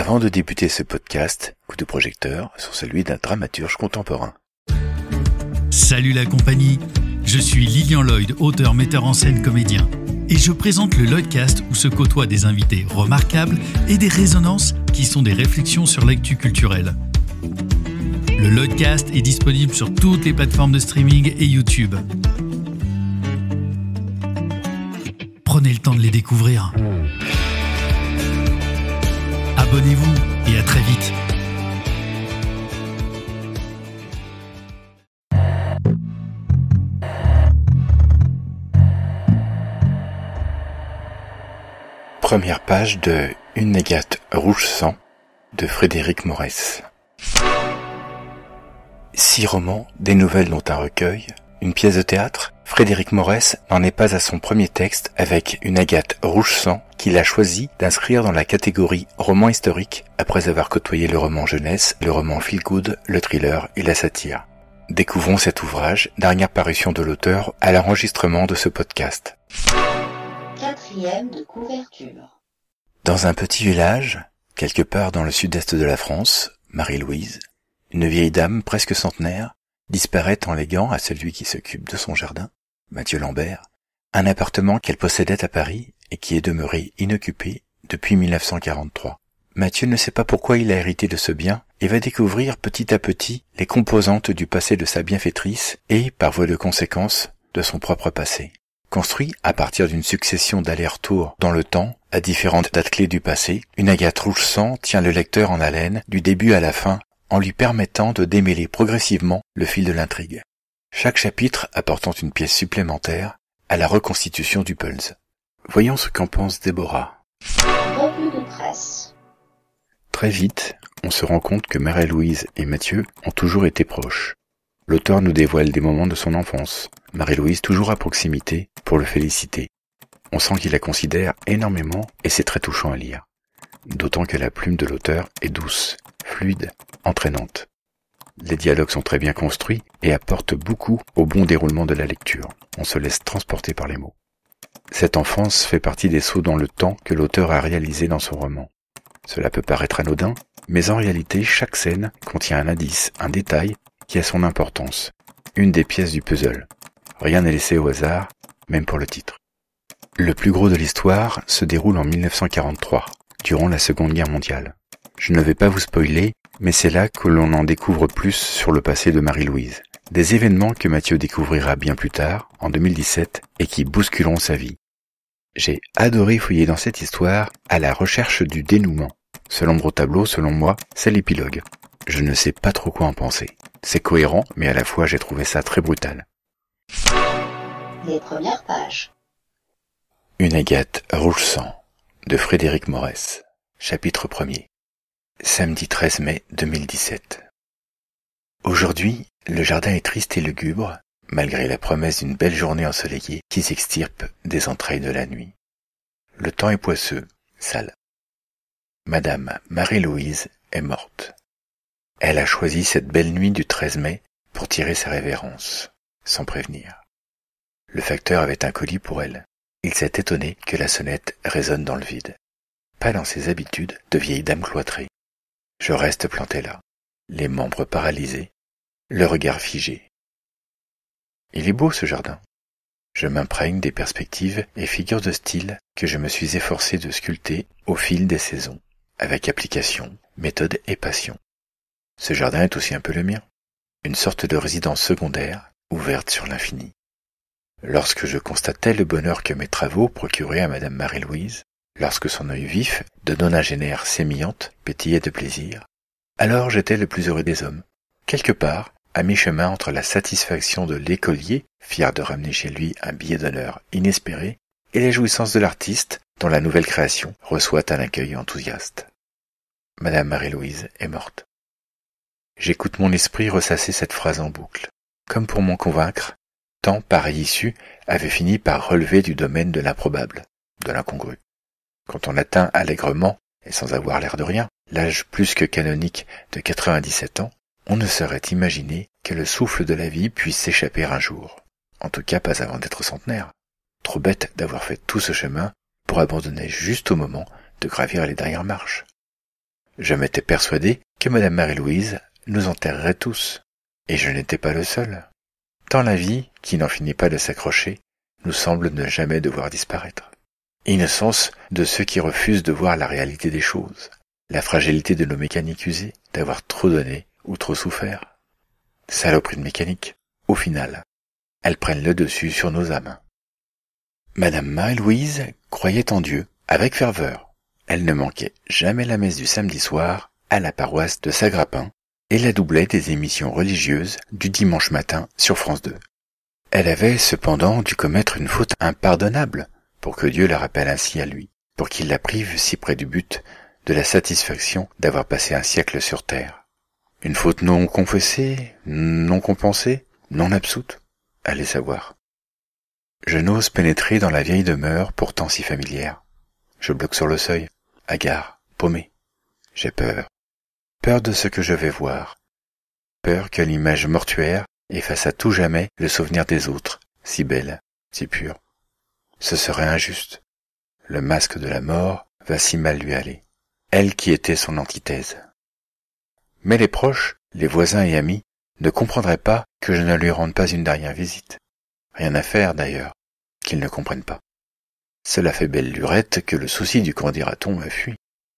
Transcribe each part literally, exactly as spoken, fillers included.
Avant de débuter ce podcast, coup de projecteur sur celui d'un dramaturge contemporain. Salut la compagnie, je suis Lilian Lloyd, auteur, metteur en scène, comédien. Et je présente le Lloydcast où se côtoient des invités remarquables et des résonances qui sont des réflexions sur l'actu culturelle. Le Lloydcast est disponible sur toutes les plateformes de streaming et YouTube. Prenez le temps de les découvrir. Abonnez-vous et à très vite. Première page de Une Agathe rouge sang de Frédéric Morès. Six romans, des nouvelles dont un recueil, une pièce de théâtre, Frédéric Morès n'en est pas à son premier texte avec Une Agathe rouge sang qu'il a choisi d'inscrire dans la catégorie roman historique après avoir côtoyé le roman jeunesse, le roman feel-good, le thriller et la satire. Découvrons cet ouvrage, dernière parution de l'auteur à l'enregistrement de ce podcast. Quatrième de couverture. Dans un petit village, quelque part dans le sud-est de la France, Marie-Louise, une vieille dame presque centenaire, disparaît en léguant à celui qui s'occupe de son jardin, Mathieu Lambert, un appartement qu'elle possédait à Paris et qui est demeuré inoccupé depuis mille neuf cent quarante-trois. Mathieu ne sait pas pourquoi il a hérité de ce bien et va découvrir petit à petit les composantes du passé de sa bienfaitrice et, par voie de conséquence, de son propre passé. Construit à partir d'une succession d'allers-retours dans le temps, à différentes dates clés du passé, Une Agathe rouge sang tient le lecteur en haleine du début à la fin en lui permettant de démêler progressivement le fil de l'intrigue. Chaque chapitre apportant une pièce supplémentaire à la reconstitution du puzzle. Voyons ce qu'en pense Déborah. Revue de presse. Très vite, on se rend compte que Marie-Louise et Mathieu ont toujours été proches. L'auteur nous dévoile des moments de son enfance, Marie-Louise toujours à proximité pour le féliciter. On sent qu'il la considère énormément et c'est très touchant à lire. D'autant que la plume de l'auteur est douce, fluide, entraînante. Les dialogues sont très bien construits et apportent beaucoup au bon déroulement de la lecture. On se laisse transporter par les mots. Cette enfance fait partie des sauts dans le temps que l'auteur a réalisés dans son roman. Cela peut paraître anodin, mais en réalité, chaque scène contient un indice, un détail qui a son importance, une des pièces du puzzle. Rien n'est laissé au hasard, même pour le titre. Le plus gros de l'histoire se déroule en mille neuf cent quarante-trois, durant la Seconde Guerre mondiale. Je ne vais pas vous spoiler, mais c'est là que l'on en découvre plus sur le passé de Marie-Louise. Des événements que Mathieu découvrira bien plus tard, en deux mille dix-sept, et qui bousculeront sa vie. J'ai adoré fouiller dans cette histoire à la recherche du dénouement. Ce l'ombre au tableau, selon moi, c'est l'épilogue. Je ne sais pas trop quoi en penser. C'est cohérent, mais à la fois j'ai trouvé ça très brutal. Les premières pages. Une Agathe rouge sang de Frédéric Morès. Chapitre premier. Samedi treize mai deux mille dix-sept. Aujourd'hui, le jardin est triste et lugubre, malgré la promesse d'une belle journée ensoleillée qui s'extirpe des entrailles de la nuit. Le temps est poisseux, sale. Madame Marie-Louise est morte. Elle a choisi cette belle nuit du treize mai pour tirer sa révérence, sans prévenir. Le facteur avait un colis pour elle. Il s'est étonné que la sonnette résonne dans le vide. Pas dans ses habitudes de vieille dame cloîtrée. Je reste planté là, les membres paralysés, le regard figé. Il est beau ce jardin. Je m'imprègne des perspectives et figures de style que je me suis efforcé de sculpter au fil des saisons, avec application, méthode et passion. Ce jardin est aussi un peu le mien, une sorte de résidence secondaire ouverte sur l'infini. Lorsque je constatais le bonheur que mes travaux procuraient à Madame Marie-Louise, lorsque son œil vif, de nonagénaire sémillante, pétillait de plaisir, alors j'étais le plus heureux des hommes. Quelque part, à mi-chemin entre la satisfaction de l'écolier, fier de ramener chez lui un billet d'honneur inespéré, et les jouissances de l'artiste, dont la nouvelle création reçoit un accueil enthousiaste. Madame Marie-Louise est morte. J'écoute mon esprit ressasser cette phrase en boucle, comme pour m'en convaincre, tant pareille issue avait fini par relever du domaine de l'improbable, de l'incongru. Quand on atteint allègrement, et sans avoir l'air de rien, l'âge plus que canonique de quatre-vingt-dix-sept ans, on ne saurait imaginer que le souffle de la vie puisse s'échapper un jour. En tout cas pas avant d'être centenaire. Trop bête d'avoir fait tout ce chemin pour abandonner juste au moment de gravir les dernières marches. Je m'étais persuadé que madame Marie-Louise nous enterrerait tous, et je n'étais pas le seul. Tant la vie, qui n'en finit pas de s'accrocher, nous semble ne jamais devoir disparaître. Innocence de ceux qui refusent de voir la réalité des choses, la fragilité de nos mécaniques usées, d'avoir trop donné ou trop souffert. Saloperie de mécanique, au final, elles prennent le dessus sur nos âmes. Madame Marie-Louise croyait en Dieu avec ferveur. Elle ne manquait jamais la messe du samedi soir à la paroisse de Sagrapin et la doublait des émissions religieuses du dimanche matin sur France deux. Elle avait cependant dû commettre une faute impardonnable pour que Dieu la rappelle ainsi à lui, pour qu'il la prive si près du but de la satisfaction d'avoir passé un siècle sur terre. Une faute non confessée, non compensée, non absoute, allez savoir. Je n'ose pénétrer dans la vieille demeure pourtant si familière. Je bloque sur le seuil, hagard, paumé. J'ai peur. Peur de ce que je vais voir. Peur que l'image mortuaire efface à tout jamais le souvenir des autres, si belle, si pure. Ce serait injuste. Le masque de la mort va si mal lui aller. Elle qui était son antithèse. Mais les proches, les voisins et amis, ne comprendraient pas que je ne lui rende pas une dernière visite. Rien à faire, d'ailleurs, qu'ils ne comprennent pas. Cela fait belle lurette que le souci du qu'en dira-t-on me fuit.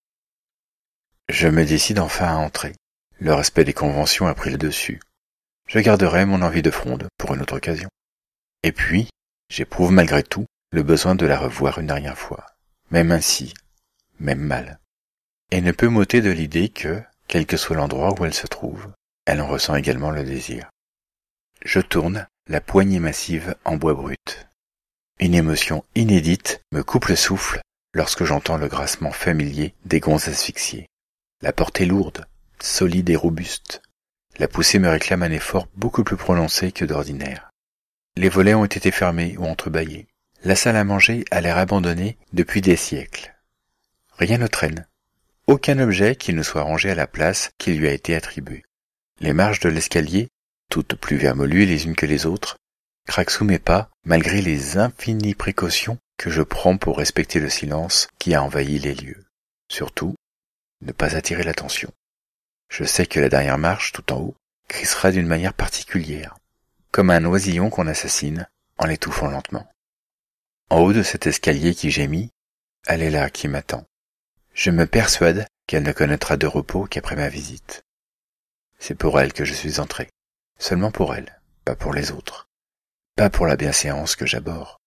Je me décide enfin à entrer. Le respect des conventions a pris le dessus. Je garderai mon envie de fronde pour une autre occasion. Et puis, j'éprouve malgré tout le besoin de la revoir une dernière fois. Même ainsi, même mal. Et ne peut m'ôter de l'idée que, quel que soit l'endroit où elle se trouve, elle en ressent également le désir. Je tourne la poignée massive en bois brut. Une émotion inédite me coupe le souffle lorsque j'entends le grincement familier des gonds asphyxiés. La porte est lourde, solide et robuste. La poussée me réclame un effort beaucoup plus prononcé que d'ordinaire. Les volets ont été fermés ou entrebâillés. La salle à manger a l'air abandonnée depuis des siècles. Rien ne traîne. Aucun objet qui ne soit rangé à la place qui lui a été attribuée. Les marches de l'escalier, toutes plus vermoulues les unes que les autres, craquent sous mes pas malgré les infinies précautions que je prends pour respecter le silence qui a envahi les lieux. Surtout, ne pas attirer l'attention. Je sais que la dernière marche, tout en haut, crissera d'une manière particulière, comme un oisillon qu'on assassine en l'étouffant lentement. En haut de cet escalier qui gémit, elle est là qui m'attend. Je me persuade qu'elle ne connaîtra de repos qu'après ma visite. C'est pour elle que je suis entré. Seulement pour elle, pas pour les autres. Pas pour la bienséance que j'abhorre.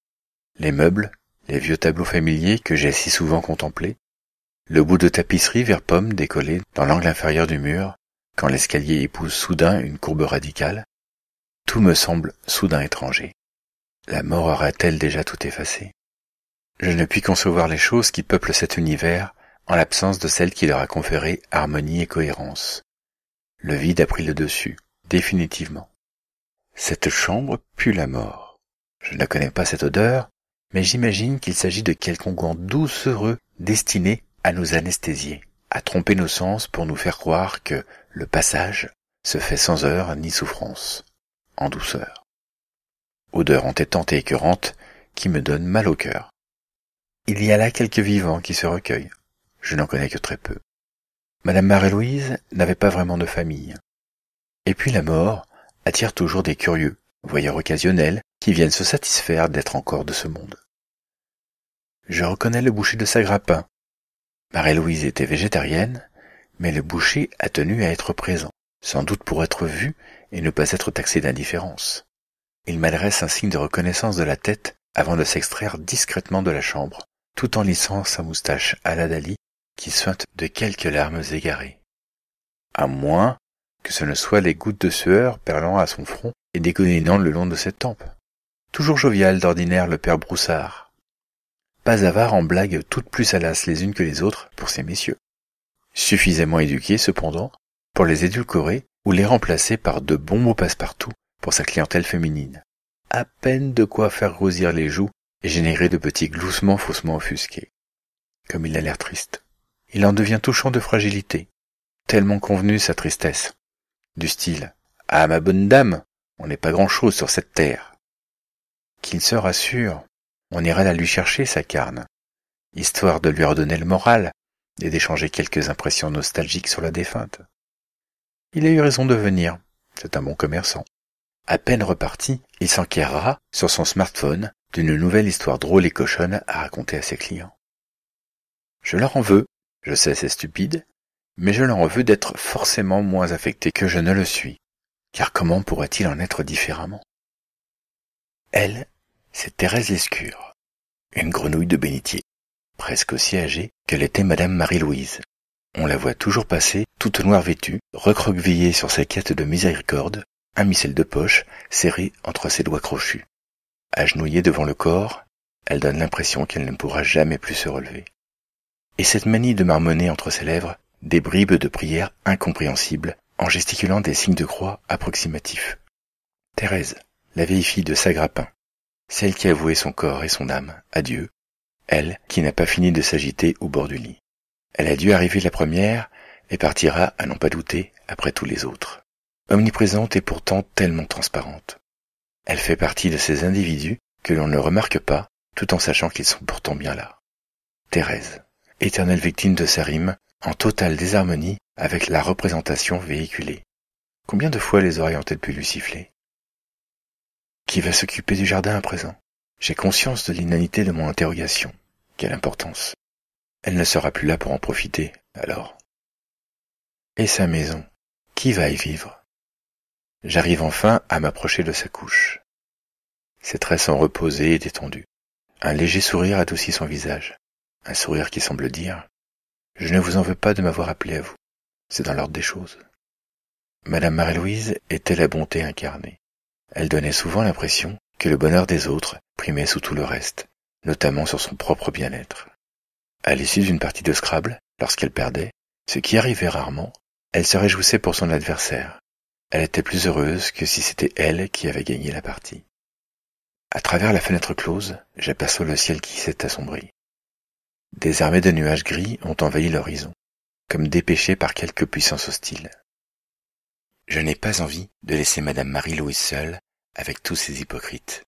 Les meubles, les vieux tableaux familiers que j'ai si souvent contemplés, le bout de tapisserie vert pomme décollé dans l'angle inférieur du mur, quand l'escalier épouse soudain une courbe radicale, tout me semble soudain étranger. La mort aura-t-elle déjà tout effacé? Je ne puis concevoir les choses qui peuplent cet univers en l'absence de celle qui leur a conféré harmonie et cohérence. Le vide a pris le dessus, définitivement. Cette chambre pue la mort. Je ne connais pas cette odeur, mais j'imagine qu'il s'agit de quelque onguent doucereux destiné à nous anesthésier, à tromper nos sens pour nous faire croire que le passage se fait sans heurts ni souffrance, en douceur. Odeur entêtante et écœurante qui me donne mal au cœur. Il y a là quelques vivants qui se recueillent. Je n'en connais que très peu. Madame Marie-Louise n'avait pas vraiment de famille. Et puis la mort attire toujours des curieux, voyeurs occasionnels, qui viennent se satisfaire d'être encore de ce monde. Je reconnais le boucher de Sagrapin. Marie-Louise était végétarienne, mais le boucher a tenu à être présent, sans doute pour être vu et ne pas être taxé d'indifférence. Il m'adresse un signe de reconnaissance de la tête avant de s'extraire discrètement de la chambre, tout en lissant sa moustache à la Dali qui suinte de quelques larmes égarées. À moins que ce ne soient les gouttes de sueur perlant à son front et dégoulinant le long de ses tempes. Toujours jovial d'ordinaire le père Broussard. Pas avare en blagues toutes plus salaces les unes que les autres pour ces messieurs. Suffisamment éduqués, cependant, pour les édulcorer ou les remplacer par de bons mots passe-partout pour sa clientèle féminine. À peine de quoi faire rosir les joues et générer de petits gloussements faussement offusqués. Comme il a l'air triste. Il en devient touchant de fragilité, tellement convenu sa tristesse. Du style « Ah, ma bonne dame, on n'est pas grand-chose sur cette terre !» Qu'il se rassure, on ira la lui chercher, sa carne, histoire de lui redonner le moral et d'échanger quelques impressions nostalgiques sur la défunte. Il a eu raison de venir, c'est un bon commerçant. À peine reparti, il s'enquérera sur son smartphone d'une nouvelle histoire drôle et cochonne à raconter à ses clients. Je leur en veux, je sais c'est stupide, mais je leur en veux d'être forcément moins affecté que je ne le suis, car comment pourrait-il en être différemment? Elle, c'est Thérèse Lescure, une grenouille de bénitier, presque aussi âgée que l'était Madame Marie-Louise. On la voit toujours passer, toute noire vêtue, recroquevillée sur ses quêtes de miséricorde, un missel de poche serré entre ses doigts crochus. Agenouillée devant le corps, elle donne l'impression qu'elle ne pourra jamais plus se relever. Et cette manie de marmonner entre ses lèvres des bribes de prières incompréhensibles en gesticulant des signes de croix approximatifs. Thérèse, la vieille fille de Sagrapin, celle qui a voué son corps et son âme à Dieu, elle qui n'a pas fini de s'agiter au bord du lit. Elle a dû arriver la première et partira, à n'en pas douter, après tous les autres. Omniprésente et pourtant tellement transparente. Elle fait partie de ces individus que l'on ne remarque pas, tout en sachant qu'ils sont pourtant bien là. Thérèse, éternelle victime de sa rime, en totale désharmonie avec la représentation véhiculée. Combien de fois les oreilles ont-elles pu lui siffler? Qui va s'occuper du jardin à présent? J'ai conscience de l'inanité de mon interrogation. Quelle importance! Elle ne sera plus là pour en profiter, alors. Et sa maison, qui va y vivre? J'arrive enfin à m'approcher de sa couche. Ses traits sont reposés et détendus. Un léger sourire adoucit son visage. Un sourire qui semble dire « Je ne vous en veux pas de m'avoir appelé à vous. C'est dans l'ordre des choses. » Madame Marie-Louise était la bonté incarnée. Elle donnait souvent l'impression que le bonheur des autres primait sous tout le reste, notamment sur son propre bien-être. À l'issue d'une partie de Scrabble, lorsqu'elle perdait, ce qui arrivait rarement, elle se réjouissait pour son adversaire. Elle était plus heureuse que si c'était elle qui avait gagné la partie. À travers la fenêtre close, j'aperçois le ciel qui s'est assombri. Des armées de nuages gris ont envahi l'horizon, comme dépêchés par quelque puissance hostile. Je n'ai pas envie de laisser Madame Marie-Louise seule avec tous ces hypocrites.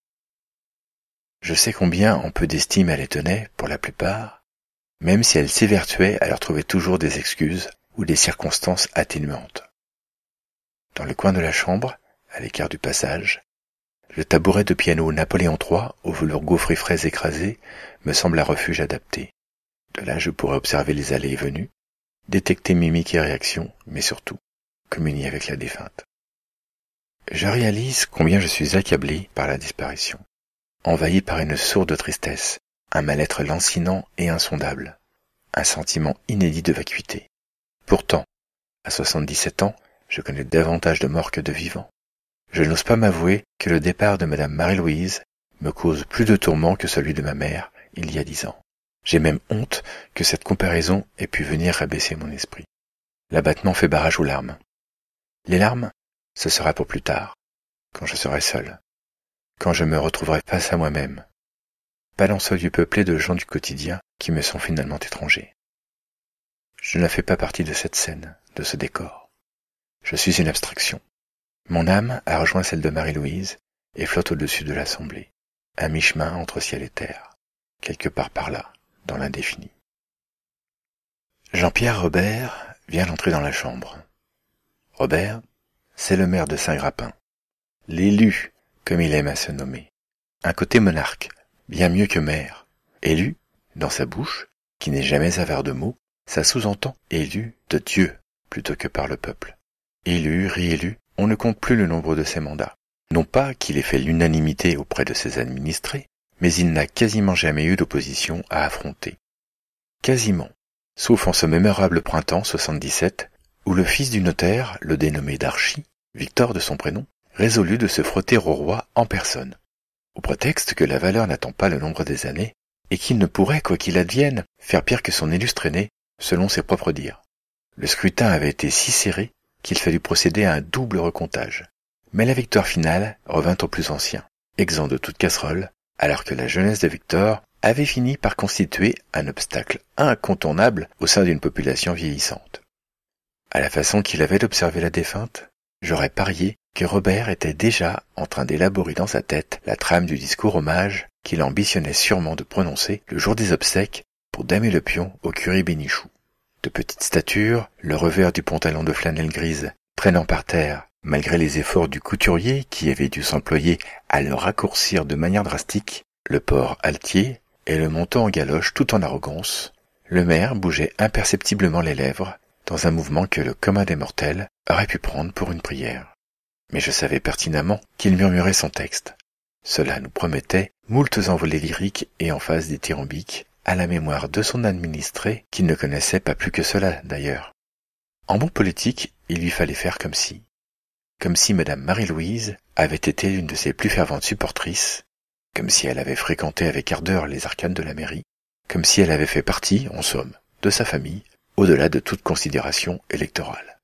Je sais combien en peu d'estime elle les tenait, pour la plupart, même si elle s'évertuait à leur trouver toujours des excuses ou des circonstances atténuantes. Dans le coin de la chambre, à l'écart du passage, le tabouret de piano Napoléon trois au velours gaufré frais écrasé me semble un refuge adapté. De là, je pourrais observer les allées et venues, détecter mimiques et réactions, mais surtout, communier avec la défunte. Je réalise combien je suis accablé par la disparition, envahi par une sourde tristesse, un mal-être lancinant et insondable, un sentiment inédit de vacuité. Pourtant, à soixante-dix-sept ans, je connais davantage de morts que de vivants. Je n'ose pas m'avouer que le départ de Madame Marie-Louise me cause plus de tourments que celui de ma mère il y a dix ans. J'ai même honte que cette comparaison ait pu venir rabaisser mon esprit. L'abattement fait barrage aux larmes. Les larmes, ce sera pour plus tard, quand je serai seul, quand je me retrouverai face à moi-même, pas dans ce lieu peuplé de gens du quotidien qui me sont finalement étrangers. Je ne fais pas partie de cette scène, de ce décor. Je suis une abstraction. Mon âme a rejoint celle de Marie-Louise et flotte au-dessus de l'assemblée, à mi-chemin entre ciel et terre, quelque part par là, dans l'indéfini. Jean-Pierre Robert vient d'entrer dans la chambre. Robert, c'est le maire de Saint-Grapin, l'élu, comme il aime à se nommer. Un côté monarque, bien mieux que maire. Élu, dans sa bouche, qui n'est jamais avare de mots, ça sous-entend élu de Dieu, plutôt que par le peuple. Élu, réélu, on ne compte plus le nombre de ses mandats. Non pas qu'il ait fait l'unanimité auprès de ses administrés, mais il n'a quasiment jamais eu d'opposition à affronter. Quasiment, sauf en ce mémorable printemps soixante-dix-sept, où le fils du notaire, le dénommé Darchy, Victor de son prénom, résolut de se frotter au roi en personne, au prétexte que la valeur n'attend pas le nombre des années, et qu'il ne pourrait, quoi qu'il advienne, faire pire que son illustre aîné, selon ses propres dires. Le scrutin avait été si serré qu'il fallut procéder à un double recomptage. Mais la victoire finale revint au plus ancien, exempt de toute casserole, alors que la jeunesse de Victor avait fini par constituer un obstacle incontournable au sein d'une population vieillissante. À la façon qu'il avait d'observer la défunte, j'aurais parié que Robert était déjà en train d'élaborer dans sa tête la trame du discours hommage qu'il ambitionnait sûrement de prononcer le jour des obsèques pour damer le pion au curé Bénichou. De petite stature, le revers du pantalon de flanelle grise traînant par terre, malgré les efforts du couturier qui avait dû s'employer à le raccourcir de manière drastique, le port altier et le menton en galoche tout en arrogance, le maire bougeait imperceptiblement les lèvres dans un mouvement que le commun des mortels aurait pu prendre pour une prière. Mais je savais pertinemment qu'il murmurait son texte. Cela nous promettait moultes envolées lyriques et emphases dithyrambiques à la mémoire de son administré qu'il ne connaissait pas plus que cela d'ailleurs. En bon politique, il lui fallait faire comme si. Comme si Madame Marie-Louise avait été l'une de ses plus ferventes supportrices, comme si elle avait fréquenté avec ardeur les arcanes de la mairie, comme si elle avait fait partie, en somme, de sa famille, au-delà de toute considération électorale.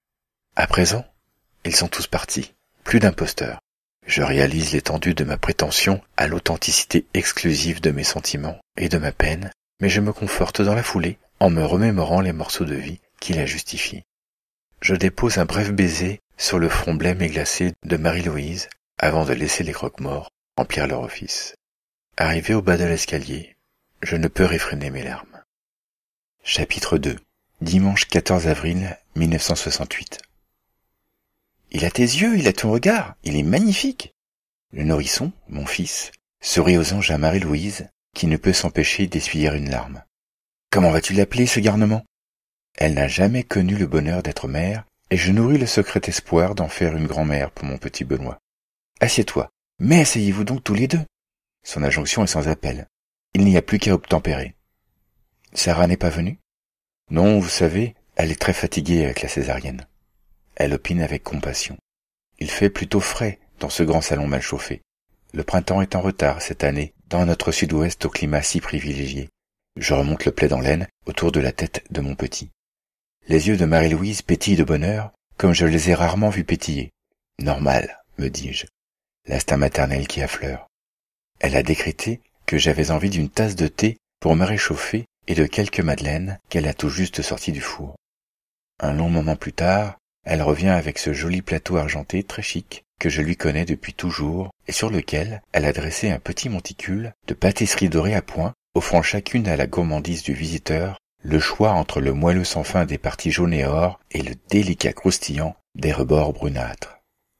À présent, ils sont tous partis, plus d'imposteurs. Je réalise l'étendue de ma prétention à l'authenticité exclusive de mes sentiments et de ma peine, mais je me conforte dans la foulée en me remémorant les morceaux de vie qui la justifient. Je dépose un bref baiser sur le front blême et glacé de Marie-Louise avant de laisser les croque-morts remplir leur office. Arrivé au bas de l'escalier, je ne peux réfréner mes larmes. Chapitre deux. Dimanche quatorze avril mille neuf cent soixante-huit. Il a tes yeux, il a ton regard, il est magnifique. Le nourrisson, mon fils, sourit aux anges à Marie-Louise, qui ne peut s'empêcher d'essuyer une larme. Comment vas-tu l'appeler, ce garnement? Elle n'a jamais connu le bonheur d'être mère, et je nourris le secret espoir d'en faire une grand-mère pour mon petit Benoît. Assieds-toi, mais asseyez-vous donc tous les deux. Son injonction est sans appel. Il n'y a plus qu'à obtempérer. Sarah n'est pas venue? Non, vous savez, elle est très fatiguée avec la césarienne. Elle opine avec compassion. Il fait plutôt frais dans ce grand salon mal chauffé. Le printemps est en retard cette année dans notre sud-ouest au climat si privilégié. Je remonte le plaid en laine autour de la tête de mon petit. Les yeux de Marie-Louise pétillent de bonheur comme je les ai rarement vus pétiller. Normal, me dis-je. L'instinct maternel qui affleure. Elle a décrété que j'avais envie d'une tasse de thé pour me réchauffer et de quelques madeleines qu'elle a tout juste sorties du four. Un long moment plus tard, elle revient avec ce joli plateau argenté très chic que je lui connais depuis toujours et sur lequel elle a dressé un petit monticule de pâtisserie dorée à point, offrant chacune à la gourmandise du visiteur le choix entre le moelleux sans fin des parties jaunes et or et le délicat croustillant des rebords brunâtres.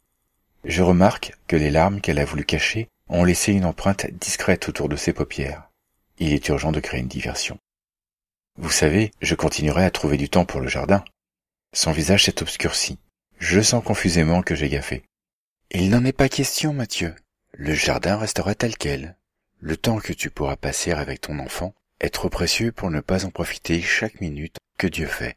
Je remarque que les larmes qu'elle a voulu cacher ont laissé une empreinte discrète autour de ses paupières. Il est urgent de créer une diversion. Vous savez, je continuerai à trouver du temps pour le jardin. Son visage s'est obscurci. Je sens confusément que j'ai gaffé. Il n'en est pas question, Mathieu. Le jardin restera tel quel. Le temps que tu pourras passer avec ton enfant est trop précieux pour ne pas en profiter chaque minute que Dieu fait.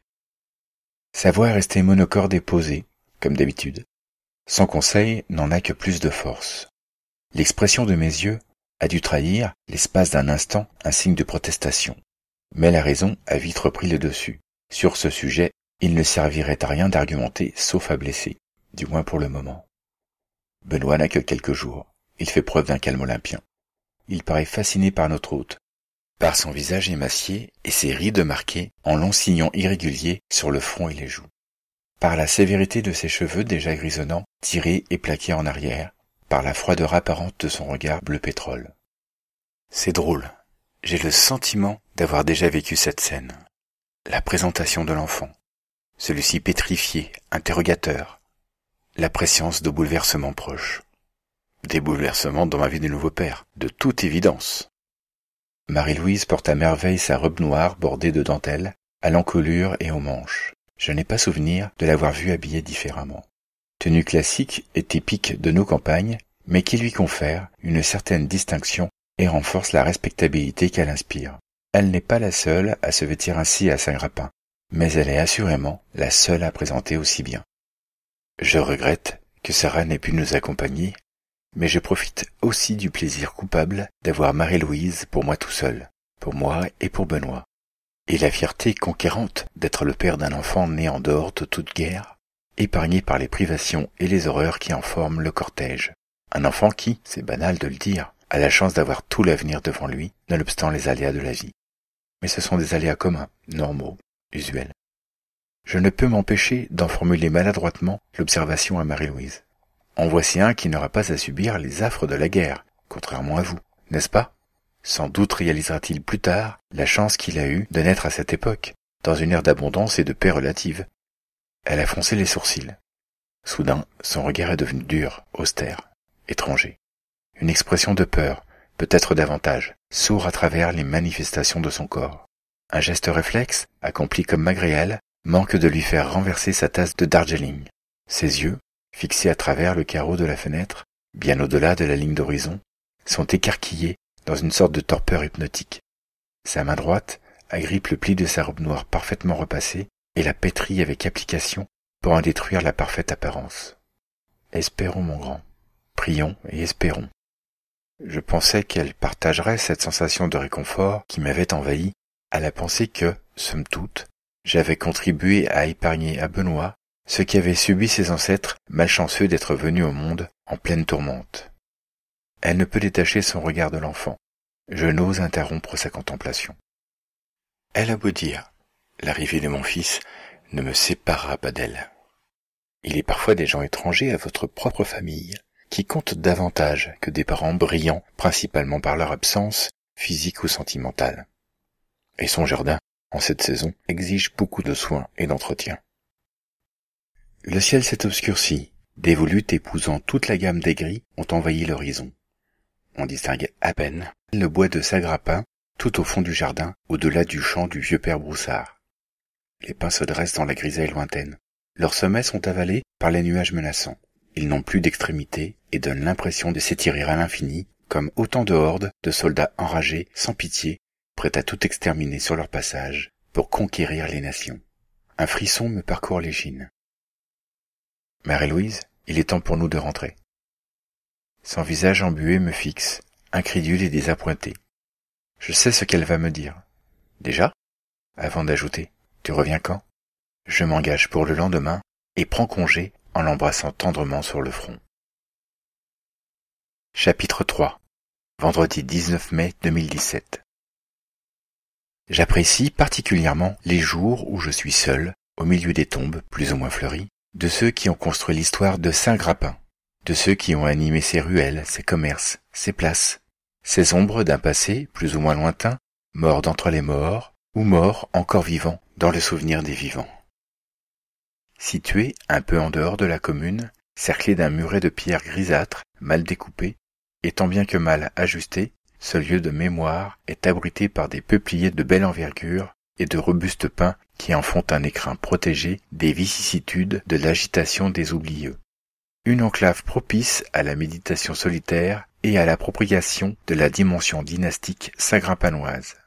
Sa voix est restée monocorde et posée, comme d'habitude. Son conseil n'en a que plus de force. L'expression de mes yeux a dû trahir, l'espace d'un instant, un signe de protestation. Mais la raison a vite repris le dessus. Sur ce sujet, il ne servirait à rien d'argumenter sauf à blesser, du moins pour le moment. Benoît n'a que quelques jours. Il fait preuve d'un calme olympien. Il paraît fasciné par notre hôte, par son visage émacié et ses rides marquées en longs sillons irréguliers sur le front et les joues, par la sévérité de ses cheveux déjà grisonnants, tirés et plaqués en arrière, par la froideur apparente de son regard bleu pétrole. C'est drôle. J'ai le sentiment d'avoir déjà vécu cette scène. La présentation de l'enfant. Celui-ci pétrifié, interrogateur. La prescience de bouleversements proches. Des bouleversements dans ma vie de nouveau père, de toute évidence. Marie-Louise porte à merveille sa robe noire bordée de dentelle, à l'encolure et aux manches. Je n'ai pas souvenir de l'avoir vue habillée différemment. Tenue classique et typique de nos campagnes, mais qui lui confère une certaine distinction et renforce la respectabilité qu'elle inspire. Elle n'est pas la seule à se vêtir ainsi à Saint-Grappin, mais elle est assurément la seule à présenter aussi bien. Je regrette que Sarah n'ait pu nous accompagner, mais je profite aussi du plaisir coupable d'avoir Marie-Louise pour moi tout seul, pour moi et pour Benoît, et la fierté conquérante d'être le père d'un enfant né en dehors de toute guerre, épargné par les privations et les horreurs qui en forment le cortège. Un enfant qui, c'est banal de le dire, a la chance d'avoir tout l'avenir devant lui, nonobstant les aléas de la vie. Mais ce sont des aléas communs, normaux, usuels. Je ne peux m'empêcher d'en formuler maladroitement l'observation à Marie-Louise. En voici un qui n'aura pas à subir les affres de la guerre, contrairement à vous, n'est-ce pas? Sans doute réalisera-t-il plus tard la chance qu'il a eue de naître à cette époque, dans une ère d'abondance et de paix relative. Elle a froncé les sourcils. Soudain, son regard est devenu dur, austère, étranger. Une expression de peur, peut-être davantage, sourd à travers les manifestations de son corps. Un geste réflexe, accompli comme malgré elle, manque de lui faire renverser sa tasse de Darjeeling. Ses yeux, fixés à travers le carreau de la fenêtre, bien au-delà de la ligne d'horizon, sont écarquillés dans une sorte de torpeur hypnotique. Sa main droite agrippe le pli de sa robe noire parfaitement repassée et la pétrit avec application pour en détruire la parfaite apparence. Espérons, mon grand. Prions et espérons. Je pensais qu'elle partagerait cette sensation de réconfort qui m'avait envahi à la pensée que, somme toute, j'avais contribué à épargner à Benoît ce qu'avaient subi ses ancêtres malchanceux d'être venus au monde en pleine tourmente. Elle ne peut détacher son regard de l'enfant. Je n'ose interrompre sa contemplation. Elle a beau dire, l'arrivée de mon fils ne me séparera pas d'elle. Il est parfois des gens étrangers à votre propre famille qui comptent davantage que des parents brillants principalement par leur absence physique ou sentimentale. Et son jardin, en cette saison, exige beaucoup de soins et d'entretien. Le ciel s'est obscurci, des volutes épousant toute la gamme des gris ont envahi l'horizon. On distingue à peine le bois de Sagrapin tout au fond du jardin, au-delà du champ du vieux père Broussard. Les pins se dressent dans la grisaille lointaine. Leurs sommets sont avalés par les nuages menaçants. Ils n'ont plus d'extrémité et donnent l'impression de s'étirer à l'infini, comme autant de hordes de soldats enragés, sans pitié, prêts à tout exterminer sur leur passage, pour conquérir les nations. Un frisson me parcourt l'échine. Marie-Louise, il est temps pour nous de rentrer. Son visage embué me fixe, incrédule et désappointé. Je sais ce qu'elle va me dire. Déjà ? Avant d'ajouter, tu reviens quand ? Je m'engage pour le lendemain et prends congé en l'embrassant tendrement sur le front. Chapitre trois. Vendredi dix-neuf mai deux mille dix-sept. J'apprécie particulièrement les jours où je suis seul, au milieu des tombes, plus ou moins fleuries, de ceux qui ont construit l'histoire de Saint-Grappin, de ceux qui ont animé ses ruelles, ses commerces, ses places, ces ombres d'un passé plus ou moins lointain, mort d'entre les morts, ou mort encore vivant dans le souvenir des vivants. Situé un peu en dehors de la commune, cerclé d'un muret de pierre grisâtre, mal découpé, et tant bien que mal ajusté, ce lieu de mémoire est abrité par des peupliers de belle envergure et de robustes pins qui en font un écrin protégé des vicissitudes de l'agitation des oublieux. Une enclave propice à la méditation solitaire et à l'appropriation de la dimension dynastique saint-grappanoise.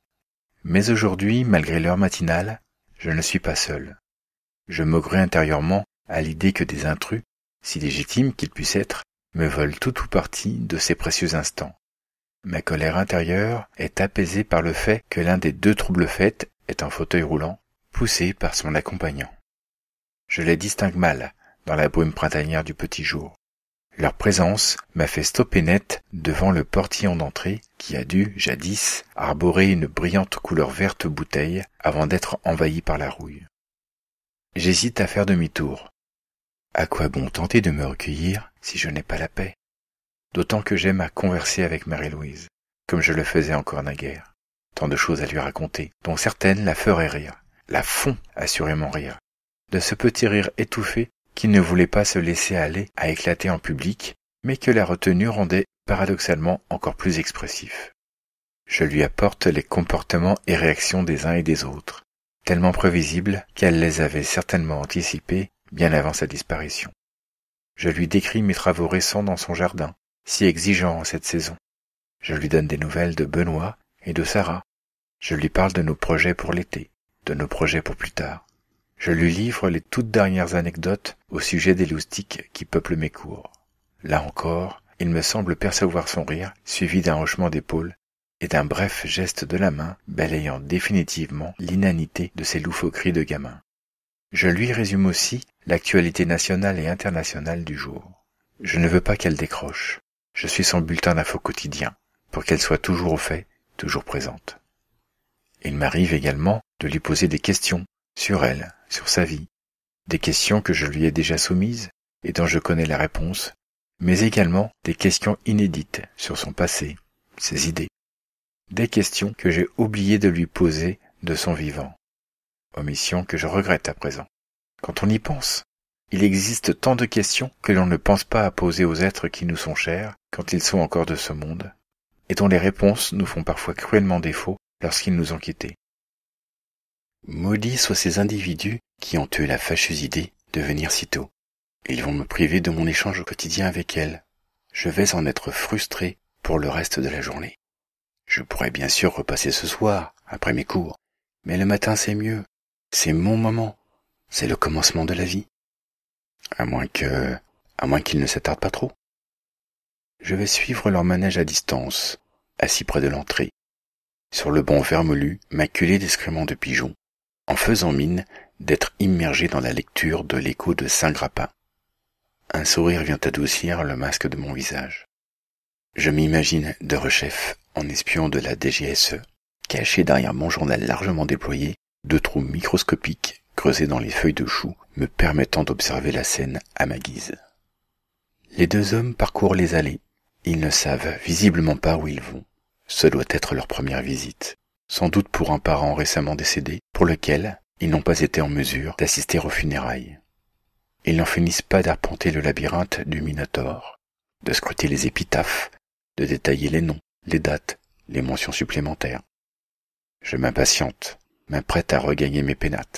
Mais aujourd'hui, malgré l'heure matinale, je ne suis pas seul. Je maugre intérieurement à l'idée que des intrus, si légitimes qu'ils puissent être, me volent tout ou partie de ces précieux instants. Ma colère intérieure est apaisée par le fait que l'un des deux trouble-fêtes est en fauteuil roulant, poussé par son accompagnant. Je les distingue mal dans la brume printanière du petit jour. Leur présence m'a fait stopper net devant le portillon d'entrée qui a dû, jadis, arborer une brillante couleur verte bouteille avant d'être envahi par la rouille. J'hésite à faire demi-tour. À quoi bon tenter de me recueillir si je n'ai pas la paix ? D'autant que j'aime à converser avec Marie-Louise, comme je le faisais encore naguère. Tant de choses à lui raconter, dont certaines la feraient rire, la font assurément rire. De ce petit rire étouffé qui ne voulait pas se laisser aller à éclater en public, mais que la retenue rendait paradoxalement encore plus expressif. Je lui apporte les comportements et réactions des uns et des autres, tellement prévisibles qu'elle les avait certainement anticipés bien avant sa disparition. Je lui décris mes travaux récents dans son jardin, si exigeant en cette saison. Je lui donne des nouvelles de Benoît et de Sarah. Je lui parle de nos projets pour l'été, de nos projets pour plus tard. Je lui livre les toutes dernières anecdotes au sujet des loustiques qui peuplent mes cours. Là encore, il me semble percevoir son rire, suivi d'un hochement d'épaule et d'un bref geste de la main, balayant définitivement l'inanité de ses loufoqueries de gamin. Je lui résume aussi l'actualité nationale et internationale du jour. Je ne veux pas qu'elle décroche. Je suis son bulletin d'info quotidien, pour qu'elle soit toujours au fait, toujours présente. Il m'arrive également de lui poser des questions sur elle, sur sa vie, des questions que je lui ai déjà soumises et dont je connais la réponse, mais également des questions inédites sur son passé, ses idées, des questions que j'ai oublié de lui poser de son vivant. omission que je regrette à présent. Quand on y pense, il existe tant de questions que l'on ne pense pas à poser aux êtres qui nous sont chers quand ils sont encore de ce monde, et dont les réponses nous font parfois cruellement défaut lorsqu'ils nous ont quittés. Maudits soient ces individus qui ont eu la fâcheuse idée de venir si tôt. Ils vont me priver de mon échange au quotidien avec elles. Je vais en être frustré pour le reste de la journée. Je pourrais bien sûr repasser ce soir, après mes cours, mais le matin c'est mieux. C'est mon moment. C'est le commencement de la vie. À moins que... à moins qu'ils ne s'attardent pas trop. Je vais suivre leur manège à distance, assis près de l'entrée, sur le banc vermoulu, maculé d'excréments de pigeons, en faisant mine d'être immergé dans la lecture de l'écho de Saint-Grappin. Un sourire vient adoucir le masque de mon visage. Je m'imagine de rechef en espion de la D G S E, caché derrière mon journal largement déployé, deux trous microscopiques creusés dans les feuilles de chou me permettant d'observer la scène à ma guise. Les deux hommes parcourent les allées. Ils ne savent visiblement pas où ils vont. Ce doit être leur première visite, sans doute pour un parent récemment décédé, pour lequel ils n'ont pas été en mesure d'assister aux funérailles. Ils n'en finissent pas d'arpenter le labyrinthe du Minotaure, de scruter les épitaphes, de détailler les noms, les dates, les mentions supplémentaires. Je m'impatiente, m'apprête à regagner mes pénates.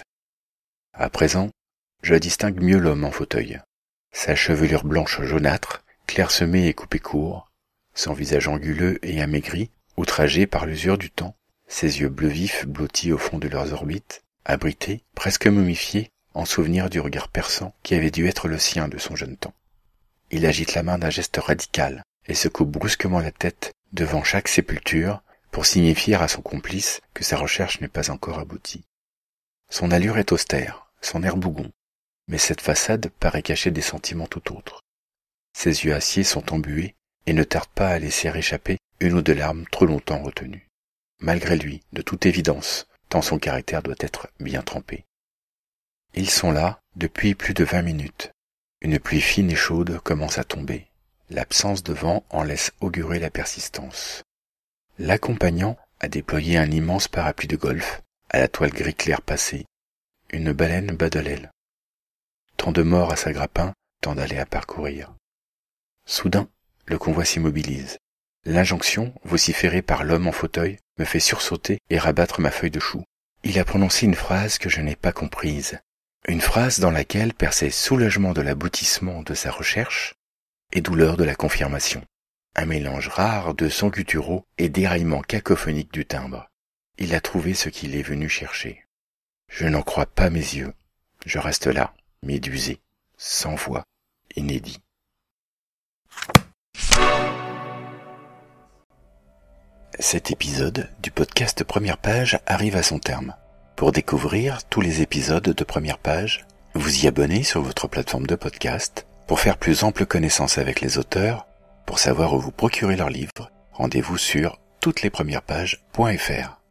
À présent, je distingue mieux l'homme en fauteuil. Sa chevelure blanche jaunâtre, clairsemée et coupée court, son visage anguleux et amaigri, outragé par l'usure du temps, ses yeux bleus vifs blottis au fond de leurs orbites, abrités, presque momifiés, en souvenir du regard perçant qui avait dû être le sien de son jeune temps. Il agite la main d'un geste radical et secoue brusquement la tête devant chaque sépulture pour signifier à son complice que sa recherche n'est pas encore aboutie. Son allure est austère, son air bougon, mais cette façade paraît cacher des sentiments tout autres. Ses yeux aciers sont embués et ne tardent pas à laisser échapper une ou deux larmes trop longtemps retenues. Malgré lui, de toute évidence, tant son caractère doit être bien trempé. Ils sont là depuis plus de vingt minutes. Une pluie fine et chaude commence à tomber. L'absence de vent en laisse augurer la persistance. L'accompagnant a déployé un immense parapluie de golf, à la toile gris clair passée. Une baleine bat de l'aile. Tant de morts à Saint-Grappin, tant d'allées à parcourir. Soudain, le convoi s'immobilise. L'injonction, vociférée par l'homme en fauteuil, me fait sursauter et rabattre ma feuille de chou. Il a prononcé une phrase que je n'ai pas comprise. Une phrase dans laquelle perçait soulagement de l'aboutissement de sa recherche et douleur de la confirmation. Un mélange rare de sons gutturaux et déraillements cacophoniques du timbre. Il a trouvé ce qu'il est venu chercher. Je n'en crois pas mes yeux. Je reste là, médusé, sans voix, inédit. Cet épisode du podcast Première Page arrive à son terme. Pour découvrir tous les épisodes de Première Page, vous y abonnez sur votre plateforme de podcast. Pour faire plus ample connaissance avec les auteurs, pour savoir où vous procurer leurs livres, rendez-vous sur toutes les premières pages point f r.